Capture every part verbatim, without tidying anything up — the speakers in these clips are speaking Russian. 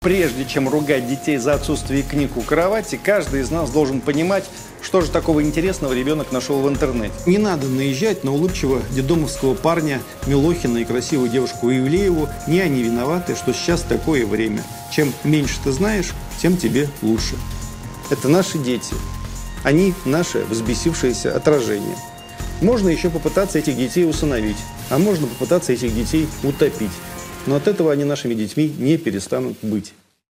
Прежде чем ругать детей за отсутствие книг у кровати, каждый из нас должен понимать, что же такого интересного ребенок нашел в интернете. Не надо наезжать на улыбчивого дедомовского парня Милохина и красивую девушку Ивлееву. Не они виноваты, что сейчас такое время. Чем меньше ты знаешь, тем тебе лучше. Это наши дети. Они наше взбесившееся отражение. Можно еще попытаться этих детей усыновить, а можно попытаться этих детей утопить. Но от этого они нашими детьми не перестанут быть.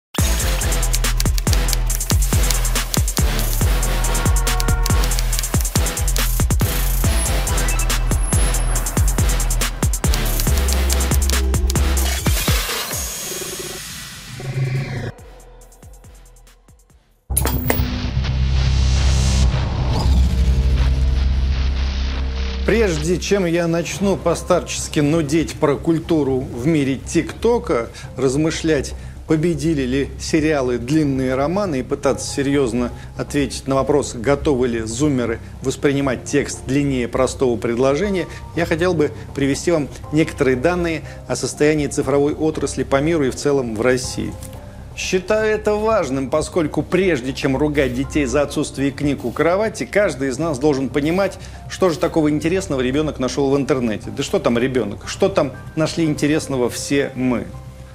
Прежде чем я начну постарчески нудеть про культуру в мире ТикТока, размышлять, победили ли сериалы длинные романы и пытаться серьезно ответить на вопрос, готовы ли зумеры воспринимать текст длиннее простого предложения, я хотел бы привести вам некоторые данные о состоянии цифровой отрасли по миру и в целом в России. Считаю это важным, поскольку прежде чем ругать детей за отсутствие книг у кровати, каждый из нас должен понимать, что же такого интересного ребенок нашел в интернете. Да что там ребенок? Что там нашли интересного все мы?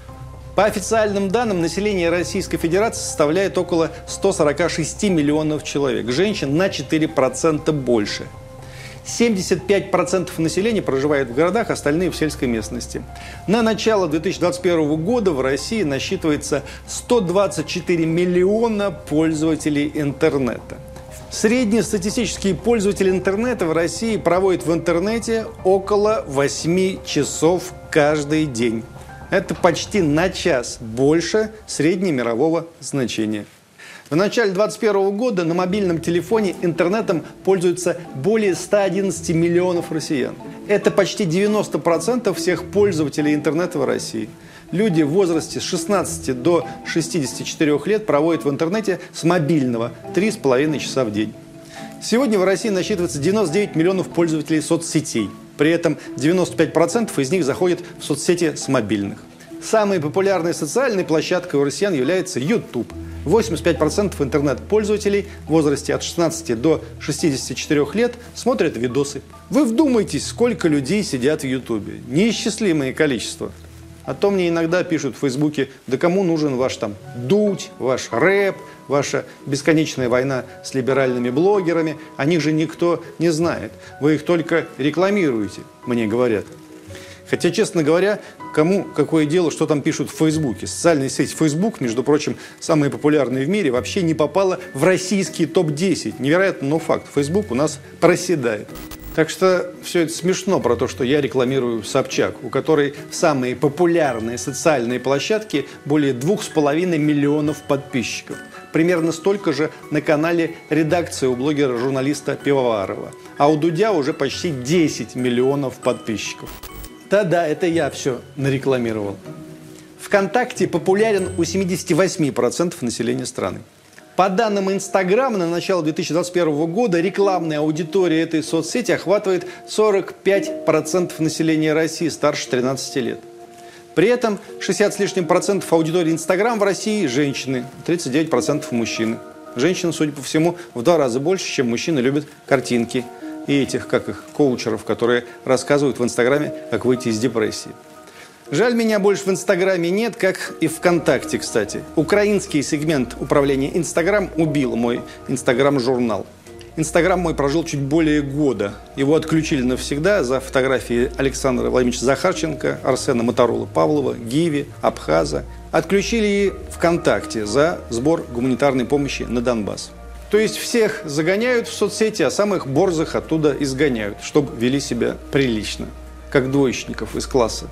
По официальным данным, население Российской Федерации составляет около ста сорока шести миллионов человек. Женщин на четыре процента больше. семьдесят пять процентов населения проживает в городах, остальные в сельской местности. На начало две тысячи двадцать первого года в России насчитывается сто двадцать четыре миллиона пользователей интернета. Среднестатистический пользователь интернета в России проводит в интернете около восьми часов каждый день. Это почти на час больше среднемирового значения. В начале две тысячи двадцать первого года на мобильном телефоне интернетом пользуются более ста одиннадцати миллионов россиян. Это почти девяносто процентов всех пользователей интернета в России. Люди в возрасте с шестнадцати до шестидесяти четырёх лет проводят в интернете с мобильного три с половиной часа в день. Сегодня в России насчитывается девяносто девять миллионов пользователей соцсетей. При этом девяносто пять процентов из них заходят в соцсети с мобильных. Самой популярной социальной площадкой у россиян является YouTube. восемьдесят пять процентов интернет-пользователей в возрасте от шестнадцати до шестидесяти четырёх лет смотрят видосы. Вы вдумайтесь, сколько людей сидят в YouTube. Неисчислимое количество. А то мне иногда пишут в Фейсбуке, да кому нужен ваш там дудь, ваш рэп, ваша бесконечная война с либеральными блогерами. О них же никто не знает. Вы их только рекламируете, мне говорят. Хотя, честно говоря, кому какое дело, что там пишут в Фейсбуке. Социальная сеть Facebook, между прочим, самая популярная в мире, вообще не попала в российский топ десять. Невероятно, но факт. Facebook у нас проседает. Так что все это смешно про то, что я рекламирую Собчак, у которой самые популярные социальные площадки более двух с половиной миллионов подписчиков. Примерно столько же на канале редакции у блогера-журналиста Пивоварова. А у Дудя уже почти десять миллионов подписчиков. Да-да, это я все нарекламировал. ВКонтакте популярен у семидесяти восьми процентов населения страны. По данным Инстаграма, на начало две тысячи двадцать первого года рекламная аудитория этой соцсети охватывает сорок пять процентов населения России старше тринадцати лет. При этом шестьдесят с лишним процентов аудитории Инстаграм в России – женщины, тридцать девять процентов мужчины. Женщины, судя по всему, в два раза больше, чем мужчины любят картинки. И этих, как их, коучеров, которые рассказывают в Инстаграме, как выйти из депрессии. Жаль, меня больше в Инстаграме нет, как и ВКонтакте, кстати. Украинский сегмент управления Инстаграм убил мой Инстаграм-журнал. Инстаграм мой прожил чуть более года. Его отключили навсегда за фотографии Александра Владимировича Захарченко, Арсена Моторола Павлова, Гиви, Абхаза. Отключили и ВКонтакте за сбор гуманитарной помощи на Донбасс. То есть всех загоняют в соцсети, а самых борзых оттуда изгоняют, чтобы вели себя прилично, как двоечников из класса.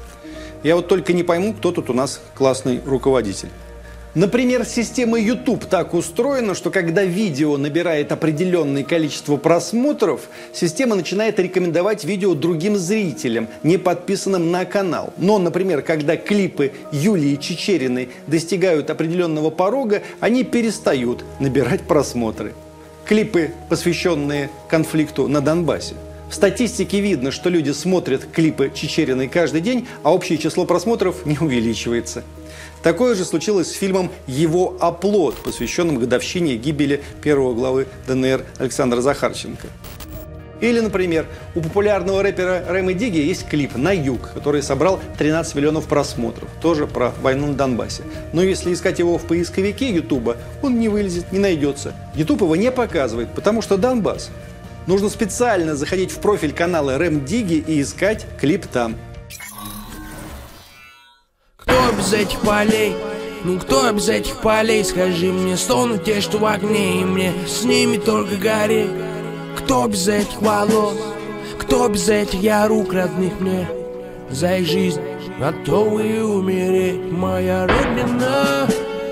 Я вот только не пойму, кто тут у нас классный руководитель. Например, система YouTube так устроена, что когда видео набирает определенное количество просмотров, система начинает рекомендовать видео другим зрителям, не подписанным на канал. Но, например, когда клипы Юлии Чичериной достигают определенного порога, они перестают набирать просмотры. Клипы, посвященные конфликту на Донбассе. В статистике видно, что люди смотрят клипы Чичериной каждый день, а общее число просмотров не увеличивается. Такое же случилось с фильмом «Его оплот», посвященным годовщине гибели первого главы ДНР Александра Захарченко. Или, например, у популярного рэпера Рэма Дигги есть клип «На юг», который собрал тринадцать миллионов просмотров, тоже про войну на Донбассе. Но если искать его в поисковике Ютуба, он не вылезет, не найдется. Ютуб его не показывает, потому что Донбасс. Нужно специально заходить в профиль канала Рэм Дигги и искать клип там. Кто без этих полей? Ну кто без этих полей? Скажи мне, стонут те, что в огне, и мне с ними только гореть. Кто без этих волос? Кто без этих я рук родных мне? За их жизнь готовы умереть. Моя родина,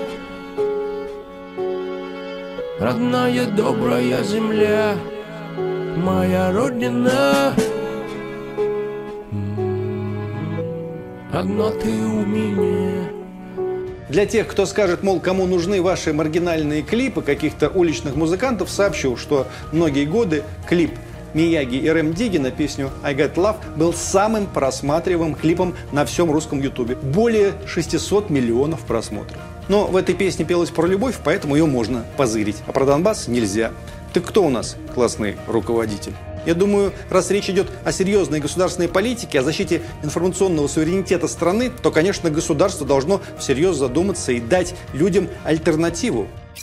родная добрая земля. Моя родина, одна ты у меня. Для тех, кто скажет, мол, кому нужны ваши маргинальные клипы каких-то уличных музыкантов, сообщу, что многие годы клип Мияги и Рэм Дигги на песню «I Got Love» был самым просматриваемым клипом на всем русском ютубе. Более шестисот миллионов просмотров. Но в этой песне пелось про любовь, поэтому ее можно позырить. А про Донбасс нельзя. Так кто у нас классный руководитель? Я думаю, раз речь идет о серьезной государственной политике, о защите информационного суверенитета страны, то, конечно, государство должно всерьез задуматься и дать людям альтернативу.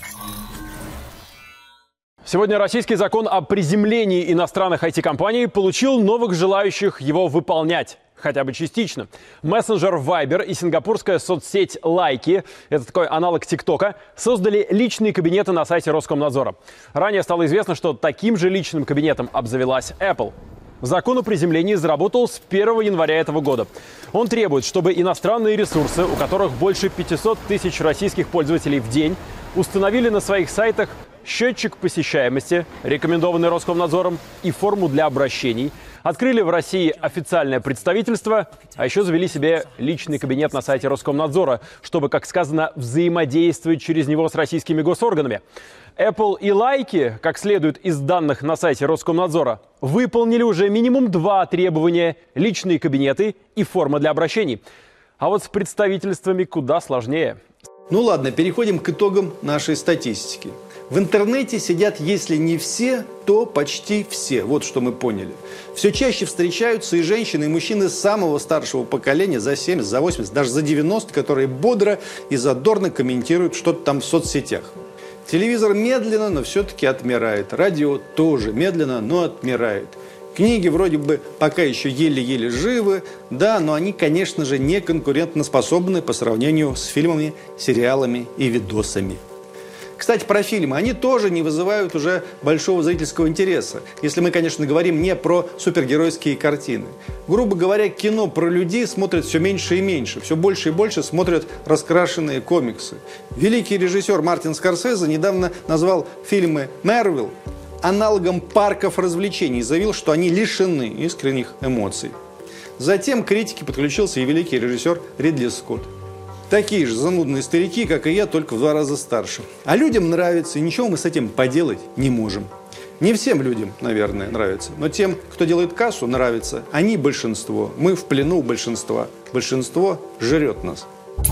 Сегодня российский закон о приземлении иностранных ай ти-компаний получил новых желающих его выполнять. Хотя бы частично. Мессенджер Viber и сингапурская соцсеть Лайки, это такой аналог ТикТока, создали личные кабинеты на сайте Роскомнадзора. Ранее стало известно, что таким же личным кабинетом обзавелась Apple. Закон о приземлении заработал с первого января этого года. Он требует, чтобы иностранные ресурсы, у которых больше пятисот тысяч российских пользователей в день, установили на своих сайтах счетчик посещаемости, рекомендованный Роскомнадзором, и форму для обращений, открыли в России официальное представительство, а еще завели себе личный кабинет на сайте Роскомнадзора, чтобы, как сказано, взаимодействовать через него с российскими госорганами. Apple и Лайки, как следует из данных на сайте Роскомнадзора, выполнили уже минимум два требования – личные кабинеты и форма для обращений. А вот с представительствами куда сложнее. Ну ладно, переходим к итогам нашей статистики. В интернете сидят, если не все, то почти все. Вот что мы поняли. Все чаще встречаются и женщины, и мужчины самого старшего поколения, за семьдесят, за восемьдесят, даже за девяносто, которые бодро и задорно комментируют что-то там в соцсетях. Телевизор медленно, но все-таки отмирает. Радио тоже медленно, но отмирает. Книги вроде бы пока еще еле-еле живы, да, но они, конечно же, не конкурентоспособны по сравнению с фильмами, сериалами и видосами. Кстати, про фильмы. Они тоже не вызывают уже большого зрительского интереса, если мы, конечно, говорим не про супергеройские картины. Грубо говоря, кино про людей смотрят все меньше и меньше, все больше и больше смотрят раскрашенные комиксы. Великий режиссер Мартин Скорсезе недавно назвал фильмы «Марвел» аналогом парков развлечений и заявил, что они лишены искренних эмоций. Затем к критике подключился и великий режиссер Ридли Скотт. Такие же занудные старики, как и я, только в два раза старше. А людям нравится, и ничего мы с этим поделать не можем. Не всем людям, наверное, нравится, но тем, кто делает кассу, нравится. Они большинство, мы в плену у большинства. Большинство жрет нас.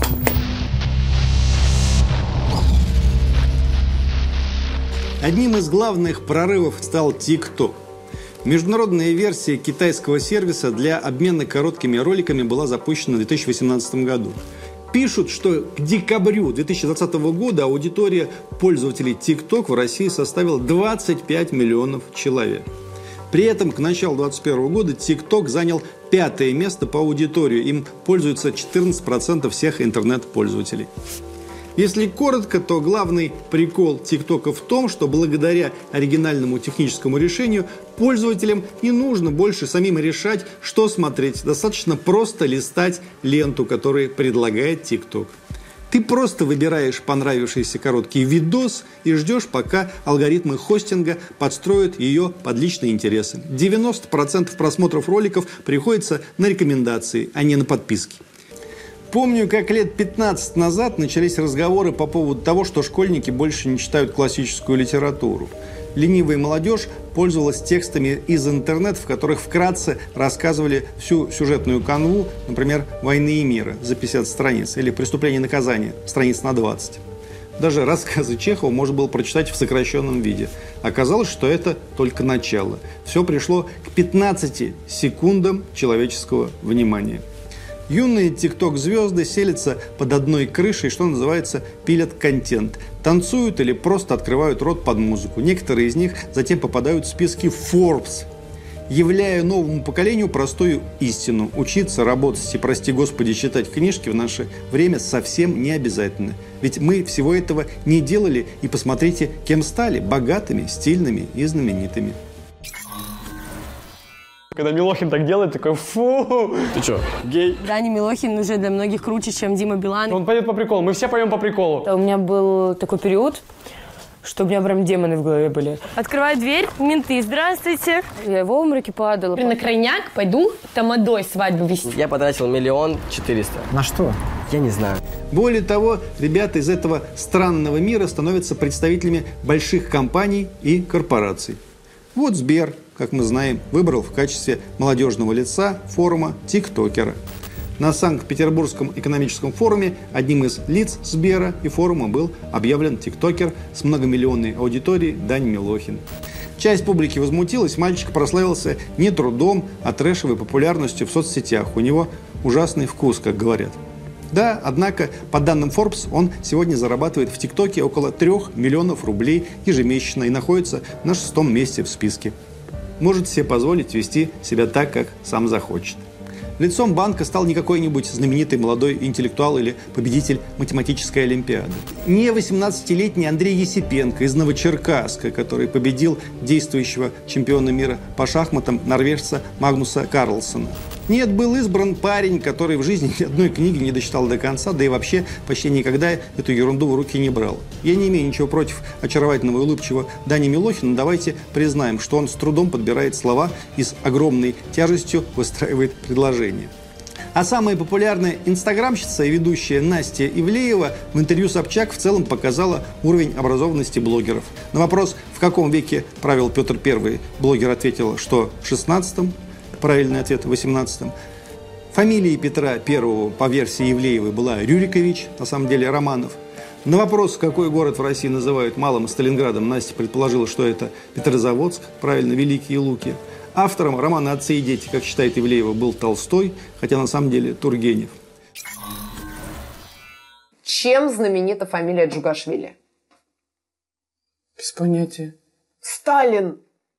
Одним из главных прорывов стал ТикТок. Международная версия китайского сервиса для обмена короткими роликами была запущена в две тысячи восемнадцатом году. Пишут, что к декабрю две тысячи двадцатого года аудитория пользователей ТикТок в России составила двадцать пять миллионов человек. При этом к началу две тысячи двадцать первого года ТикТок занял пятое место по аудитории. Им пользуются четырнадцать процентов всех интернет-пользователей. Если коротко, то главный прикол ТикТока в том, что благодаря оригинальному техническому решению пользователям не нужно больше самим решать, что смотреть. Достаточно просто листать ленту, которую предлагает ТикТок. Ты просто выбираешь понравившийся короткий видос и ждешь, пока алгоритмы хостинга подстроят ее под личные интересы. девяносто процентов просмотров роликов приходится на рекомендации, а не на подписки. Помню, как лет пятнадцать назад начались разговоры по поводу того, что школьники больше не читают классическую литературу. ленивая молодежь пользовалась текстами из интернета, в которых вкратце рассказывали всю сюжетную канву, например, «Войны и мира» за пятьдесят страниц или «Преступление и наказание» страниц на двадцать. Даже рассказы Чехова можно было прочитать в сокращенном виде. Оказалось, что это только начало. Все пришло к пятнадцати секундам человеческого внимания. Юные тикток-звезды селятся под одной крышей, что называется, пилят контент. Танцуют или просто открывают рот под музыку. Некоторые из них затем попадают в списки Forbes, являя новому поколению простую истину. Учиться, работать и, прости господи, читать книжки в наше время совсем не обязательно. Ведь мы всего этого не делали, и посмотрите, кем стали: богатыми, стильными и знаменитыми. Когда Милохин так делает, такой фу. Ты что, гей? Даня Милохин уже для многих круче, чем Дима Билан. Он поет по приколу, мы все поем по приколу. У меня был такой период, что у меня прям демоны в голове были. Открываю дверь, менты, здравствуйте. Я в обмороке падала. На крайняк пойду тамадой свадьбу вести. Я потратил миллион четыреста. На что? Я не знаю. Более того, ребята из этого странного мира становятся представителями больших компаний и корпораций. Вот Сбер, как мы знаем, выбрал в качестве молодежного лица форума тиктокера. На Санкт-Петербургском экономическом форуме одним из лиц Сбера и форума был объявлен тиктокер с многомиллионной аудиторией Даня Милохин. Часть публики возмутилась, мальчик прославился не трудом, а трэшевой популярностью в соцсетях. У него ужасный вкус, как говорят. Да, однако, по данным Forbes, он сегодня зарабатывает в ТикТоке около трех миллионов рублей ежемесячно и находится на шестом месте в списке. Может себе позволить вести себя так, как сам захочет. Лицом банка стал не какой-нибудь знаменитый молодой интеллектуал или победитель математической олимпиады. Не восемнадцатилетний Андрей Есипенко из Новочеркасска, который победил действующего чемпиона мира по шахматам норвежца Магнуса Карлсона. Нет, был избран парень, который в жизни ни одной книги не дочитал до конца, да и вообще почти никогда эту ерунду в руки не брал. Я не имею ничего против очаровательного и улыбчивого Дани Милохина, но давайте признаем, что он с трудом подбирает слова и с огромной тяжестью выстраивает предложения. А самая популярная инстаграмщица и ведущая Настя Ивлеева в интервью Собчак в целом показала уровень образованности блогеров. На вопрос, в каком веке правил Петр Первый, блогер ответила, что в шестнадцатом. Правильный ответ – в восемнадцатом. Фамилия Петра Первого по версии Ивлеевой была Рюрикович, на самом деле Романов. На вопрос, какой город в России называют малым Сталинградом, Настя предположила, что это Петрозаводск, правильно, Великие Луки. Автором романа «Отцы и дети», как считает Ивлеева, был Толстой, хотя на самом деле Тургенев. Чем знаменита фамилия Джугашвили? Без понятия. Сталин!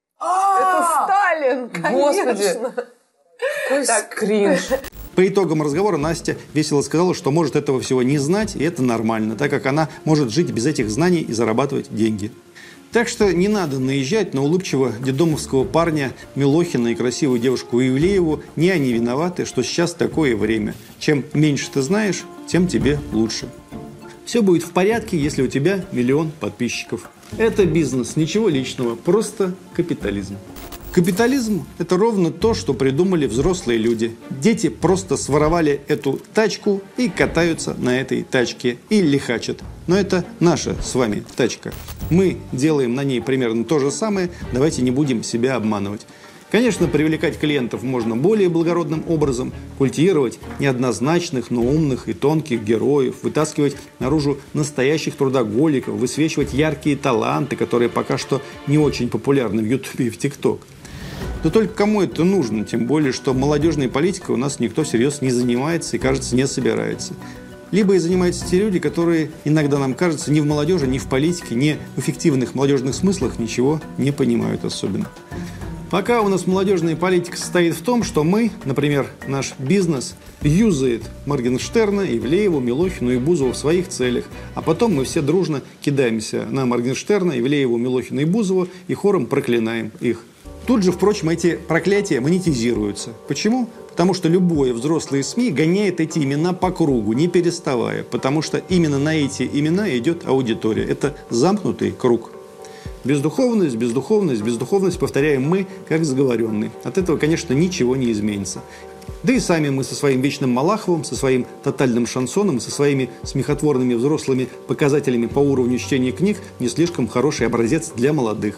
Это Сталин, конечно. Господи, какой скринж. По итогам разговора Настя весело сказала, что может этого всего не знать, и это нормально, так как она может жить без этих знаний и зарабатывать деньги. Так что не надо наезжать на улыбчивого детдомовского парня Милохина и красивую девушку Ивлееву. Не они виноваты, что сейчас такое время. Чем меньше ты знаешь, тем тебе лучше. Все будет в порядке, если у тебя миллион подписчиков. Это бизнес, ничего личного, просто капитализм. Капитализм – это ровно то, что придумали взрослые люди. Дети просто своровали эту тачку и катаются на этой тачке и лихачат. Но это наша с вами тачка. Мы делаем на ней примерно то же самое, давайте не будем себя обманывать. Конечно, привлекать клиентов можно более благородным образом, культивировать неоднозначных, но умных и тонких героев, вытаскивать наружу настоящих трудоголиков, высвечивать яркие таланты, которые пока что не очень популярны в Ютубе и в ТикТок. Но только кому это нужно, тем более, что молодежной политикой у нас никто всерьез не занимается и, кажется, не собирается. Либо и занимаются те люди, которые иногда нам кажется ни в молодежи, ни в политике, ни в эффективных молодежных смыслах ничего не понимают особенно. Пока у нас молодежная политика состоит в том, что мы, например, наш бизнес, юзает Моргенштерна, Ивлееву, Милохину и Бузову в своих целях, а потом мы все дружно кидаемся на Моргенштерна, Ивлееву, Милохина и Бузову и хором проклинаем их. Тут же, впрочем, эти проклятия монетизируются. Почему? Потому что любое взрослые СМИ гоняет эти имена по кругу, не переставая, потому что именно на эти имена идет аудитория. Это замкнутый круг. Бездуховность, бездуховность, бездуховность повторяем мы, как заговоренные. От этого, конечно, ничего не изменится. Да и сами мы со своим вечным Малаховым, со своим тотальным шансоном, со своими смехотворными взрослыми показателями по уровню чтения книг не слишком хороший образец для молодых.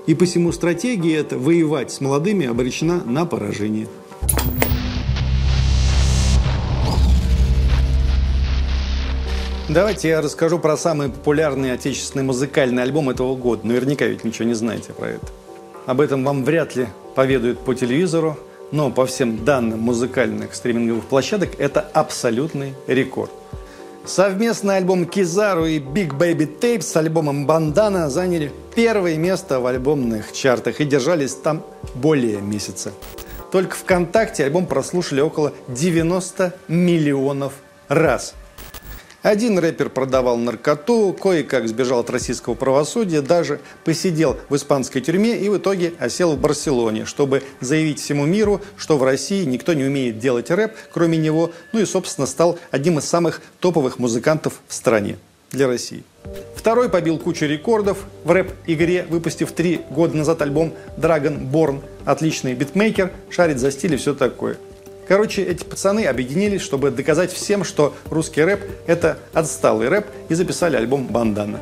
И посему стратегия эта воевать с молодыми обречена на поражение. Давайте я расскажу про самый популярный отечественный музыкальный альбом этого года. Наверняка ведь ничего не знаете про это. Об этом вам вряд ли поведают по телевизору, но по всем данным музыкальных стриминговых площадок это абсолютный рекорд. Совместный альбом Кизару и Big Baby Tape с альбомом Бандана заняли первое место в альбомных чартах и держались там более месяца. Только ВКонтакте альбом прослушали около девяноста миллионов раз. Один рэпер продавал наркоту, кое-как сбежал от российского правосудия, даже посидел в испанской тюрьме и в итоге осел в Барселоне, чтобы заявить всему миру, что в России никто не умеет делать рэп, кроме него, ну и, собственно, стал одним из самых топовых музыкантов в стране для России. Второй побил кучу рекордов в рэп-игре, выпустив три года назад альбом Dragonborn. Отличный битмейкер, шарит за стиль и все такое. Короче, эти пацаны объединились, чтобы доказать всем, что русский рэп – это отсталый рэп, и записали альбом «Бандана».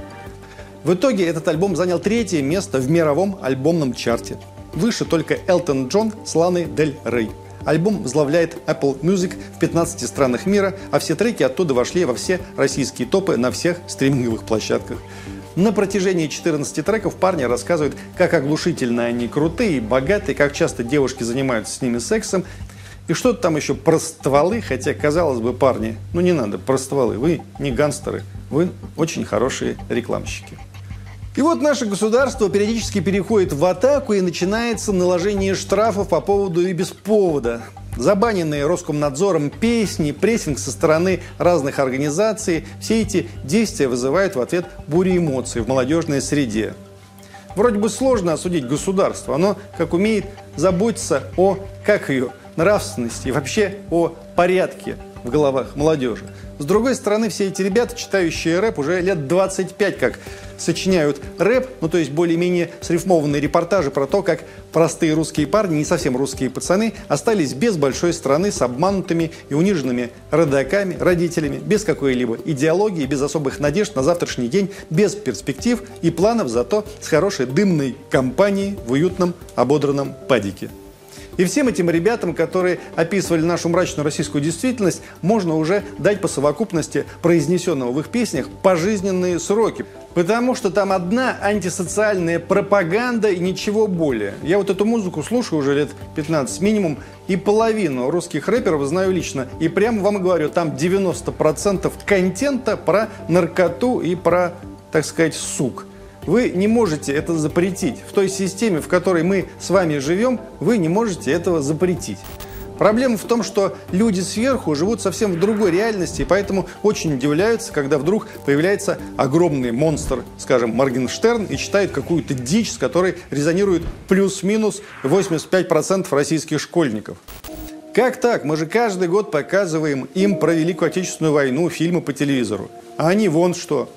В итоге этот альбом занял третье место в мировом альбомном чарте. Выше только Элтон Джон с Ланой Дель Рей. Альбом возглавляет Apple Music в пятнадцати странах мира, а все треки оттуда вошли во все российские топы на всех стриминговых площадках. На протяжении четырнадцати треков парни рассказывают, как оглушительно они крутые и богатые, как часто девушки занимаются с ними сексом, и что-то там еще про стволы, хотя, казалось бы, парни, ну не надо про стволы, вы не гангстеры, вы очень хорошие рекламщики. И вот наше государство периодически переходит в атаку и начинается наложение штрафов по поводу и без повода. Забаненные Роскомнадзором песни, прессинг со стороны разных организаций, все эти действия вызывают в ответ бурю эмоций в молодежной среде. Вроде бы сложно осудить государство, оно, как умеет, заботиться о, как ее, нравственности и вообще о порядке в головах молодежи. С другой стороны, все эти ребята, читающие рэп, уже лет двадцать пять как сочиняют рэп, ну то есть более-менее срифмованные репортажи про то, как простые русские парни, не совсем русские пацаны, остались без большой страны с обманутыми и униженными родаками, родителями, без какой-либо идеологии, без особых надежд на завтрашний день, без перспектив и планов, зато с хорошей дымной компанией в уютном ободранном падике. И всем этим ребятам, которые описывали нашу мрачную российскую действительность, можно уже дать по совокупности произнесенного в их песнях пожизненные сроки. Потому что там одна антисоциальная пропаганда и ничего более. Я вот эту музыку слушаю уже лет пятнадцать минимум, и половину русских рэперов знаю лично. И прямо вам говорю, там девяносто процентов контента про наркоту и про, так сказать, сук. Вы не можете это запретить. В той системе, в которой мы с вами живем, вы не можете этого запретить. Проблема в том, что люди сверху живут совсем в другой реальности, и поэтому очень удивляются, когда вдруг появляется огромный монстр, скажем, Моргенштерн, и читает какую-то дичь, с которой резонирует плюс-минус восемьдесят пять процентов российских школьников. Как так? Мы же каждый год показываем им про Великую Отечественную войну, фильмы по телевизору. А они вон что.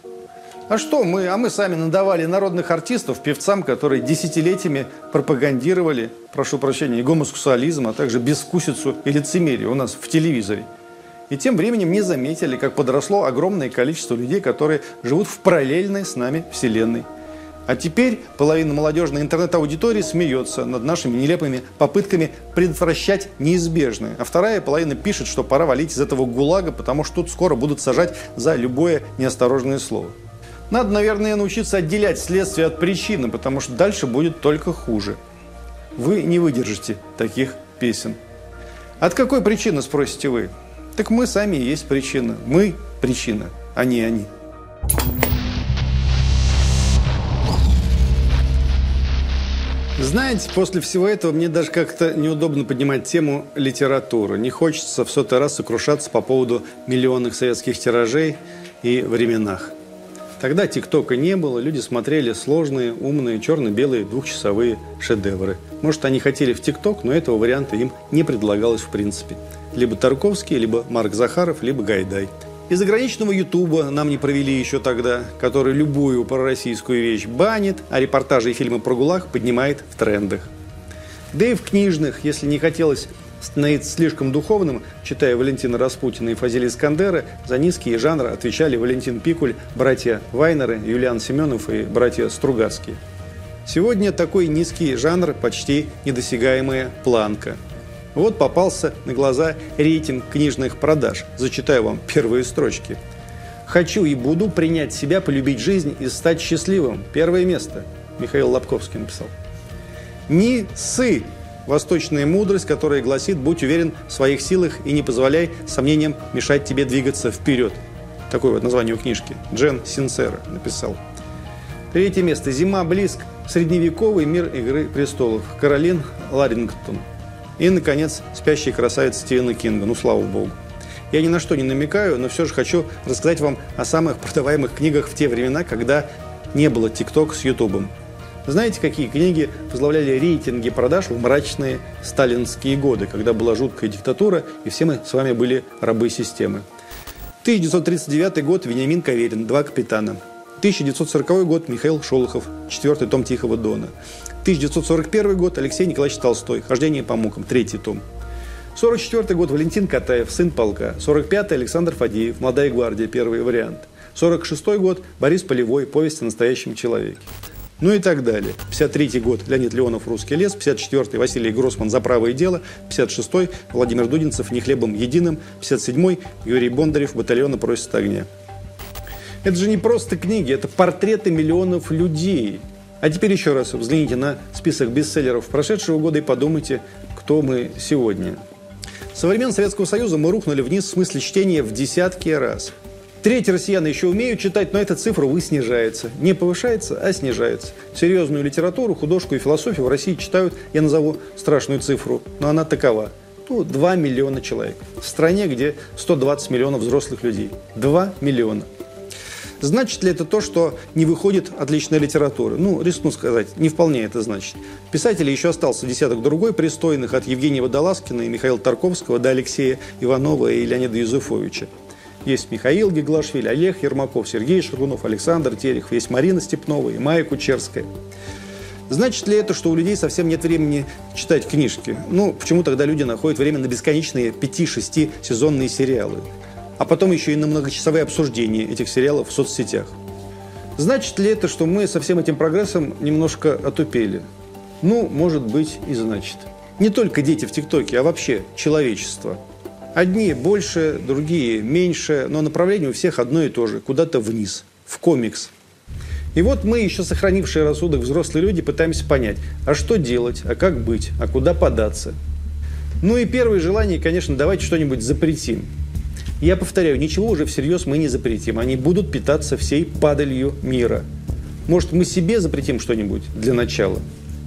А что мы? А мы сами надавали народных артистов, певцам, которые десятилетиями пропагандировали, прошу прощения, и гомосексуализм, а также безвкусицу и лицемерие у нас в телевизоре. И тем временем не заметили, как подросло огромное количество людей, которые живут в параллельной с нами вселенной. А теперь половина молодежной интернет-аудитории смеется над нашими нелепыми попытками предотвращать неизбежное. А вторая половина пишет, что пора валить из этого ГУЛАГа, потому что тут скоро будут сажать за любое неосторожное слово. Надо, наверное, научиться отделять следствие от причины, потому что дальше будет только хуже. Вы не выдержите таких песен. От какой причины, спросите вы? Так мы сами и есть причина. Мы причина, а не они. Знаете, после всего этого мне даже как-то неудобно поднимать тему литературы. Не хочется в сотый раз сокрушаться по поводу миллионных советских тиражей и временах. Тогда ТикТока не было, люди смотрели сложные, умные, черно-белые двухчасовые шедевры. Может, они хотели в ТикТок, но этого варианта им не предлагалось в принципе. Либо Тарковский, либо Марк Захаров, либо Гайдай. Из заграничного Ютуба нам не провели еще тогда, который любую пророссийскую вещь банит, а репортажи и фильмы про ГУЛАГ поднимает в трендах. Да и в книжных, если не хотелось становиться слишком духовным, читая Валентина Распутина и Фазилия Искандера, за низкие жанры отвечали Валентин Пикуль, братья Вайнеры, Юлиан Семенов и братья Стругацкие. Сегодня такой низкий жанр, почти недосягаемая планка. Вот попался на глаза рейтинг книжных продаж. Зачитаю вам первые строчки. «Хочу и буду принять себя, полюбить жизнь и стать счастливым». Первое место. Михаил Лобковский написал. «Ни-сы» – восточная мудрость, которая гласит: «Будь уверен в своих силах и не позволяй сомнениям мешать тебе двигаться вперед». Такое вот название у книжки. Джен Синсера написал. Третье место. «Зима близко». Средневековый мир «Игры престолов». Каролин Ларингтон. И, наконец, «Спящая красавица» Стивена Кинга. Ну, слава богу. Я ни на что не намекаю, но все же хочу рассказать вам о самых продаваемых книгах в те времена, когда не было ТикТок с Ютубом. Знаете, какие книги возглавляли рейтинги продаж в мрачные сталинские годы, когда была жуткая диктатура, и все мы с вами были рабы системы? тысяча девятьсот тридцать девятый год. Вениамин Каверин. «Два капитана». тысяча девятьсот сороковой год. Михаил Шолохов. Четвертый том «Тихого дона». тысяча девятьсот сорок первый год. Алексей Николаевич Толстой. «Хождение по мукам». Третий том. сорок четвёртый год. Валентин Катаев. «Сын полка». сорок пятый. Александр Фадеев. «Молодая гвардия». Первый вариант. сорок шестой год. Борис Полевой. «Повесть о настоящем человеке». Ну и так далее. пятьдесят третий год. Леонид Леонов. «Русский лес». пятьдесят четвёртый. Василий Гроссман. «За правое дело». пятьдесят шестой. Владимир Дудинцев. «Не хлебом единым». пятьдесят седьмой. Юрий Бондарев. «Батальоны просят огня». Это же не просто книги, это портреты миллионов людей. А теперь еще раз взгляните на список бестселлеров прошедшего года и подумайте, кто мы сегодня. Со времен Советского Союза мы рухнули вниз в смысле чтения в десятки раз. Треть россиян еще умеют читать, но эта цифра, увы, снижается. Не повышается, а снижается. Серьезную литературу, художку и философию в России читают, я назову страшную цифру, но она такова. Ну, два миллиона человек. В стране, где сто двадцать миллионов взрослых людей. два миллиона. Значит ли это то, что не выходит отличная литература? Ну, рискну сказать, не вполне это значит. Писателей еще остался десяток другой пристойных, от Евгения Водолазкина и Михаила Тарковского до Алексея Иванова и Леонида Юзефовича. Есть Михаил Гиглашвили, Олег Ермаков, Сергей Шаргунов, Александр Терехов, есть Марина Степнова и Майя Кучерская. Значит ли это, что у людей совсем нет времени читать книжки? Ну, почему тогда люди находят время на бесконечные пяти-шести сезонные сериалы? А потом еще и на многочасовые обсуждения этих сериалов в соцсетях. Значит ли это, что мы со всем этим прогрессом немножко отупели? Ну, может быть, и значит. Не только дети в ТикТоке, а вообще человечество. Одни больше, другие меньше, но направление у всех одно и то же, куда-то вниз, в комикс. И вот мы, еще сохранившие рассудок взрослые люди, пытаемся понять, а что делать, а как быть, а куда податься. Ну и первое желание, конечно, давайте что-нибудь запретим. Я повторяю, ничего уже всерьез мы не запретим, они будут питаться всей падалью мира. Может, мы себе запретим что-нибудь для начала?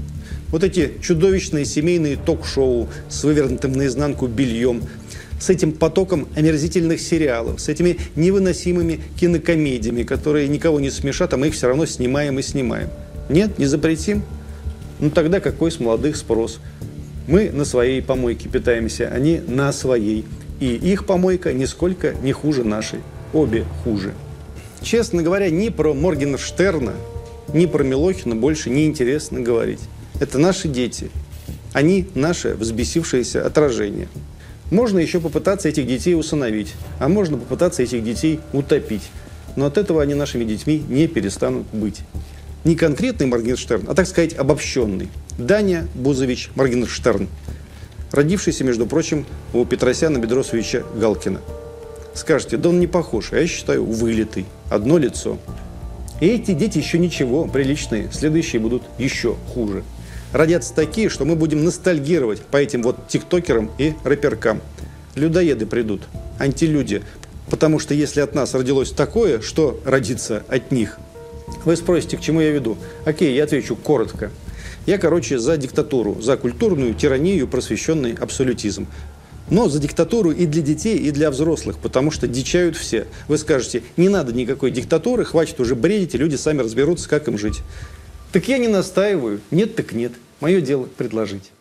Вот эти чудовищные семейные ток-шоу с вывернутым наизнанку бельем, с этим потоком омерзительных сериалов, с этими невыносимыми кинокомедиями, которые никого не смешат, а мы их все равно снимаем и снимаем. Нет, не запретим? Ну тогда какой с молодых спрос? Мы на своей помойке питаемся, они на своей. И их помойка нисколько не хуже нашей. Обе хуже. Честно говоря, ни про Моргенштерна, ни про Милохина больше не интересно говорить. Это наши дети. Они наше взбесившееся отражение. Можно еще попытаться этих детей усыновить, а можно попытаться этих детей утопить. Но от этого они нашими детьми не перестанут быть. Не конкретный Моргенштерн, а, так сказать, обобщенный. Даня Бузович Моргенштерн, родившийся, между прочим, у Петросяна Бедросовича Галкина. Скажете, да он не похож, а я считаю, вылитый, одно лицо. И эти дети еще ничего, приличные, следующие будут еще хуже. Родятся такие, что мы будем ностальгировать по этим вот тиктокерам и рэперкам. Людоеды придут, антилюди. Потому что если от нас родилось такое, что родится от них? Вы спросите, к чему я веду? Окей, я отвечу коротко. Я, короче, за диктатуру, за культурную тиранию, просвещенный абсолютизм. Но за диктатуру и для детей, и для взрослых, потому что дичают все. Вы скажете, не надо никакой диктатуры, хватит уже бредить, и люди сами разберутся, как им жить. Так я не настаиваю. Нет, так нет. Мое дело предложить.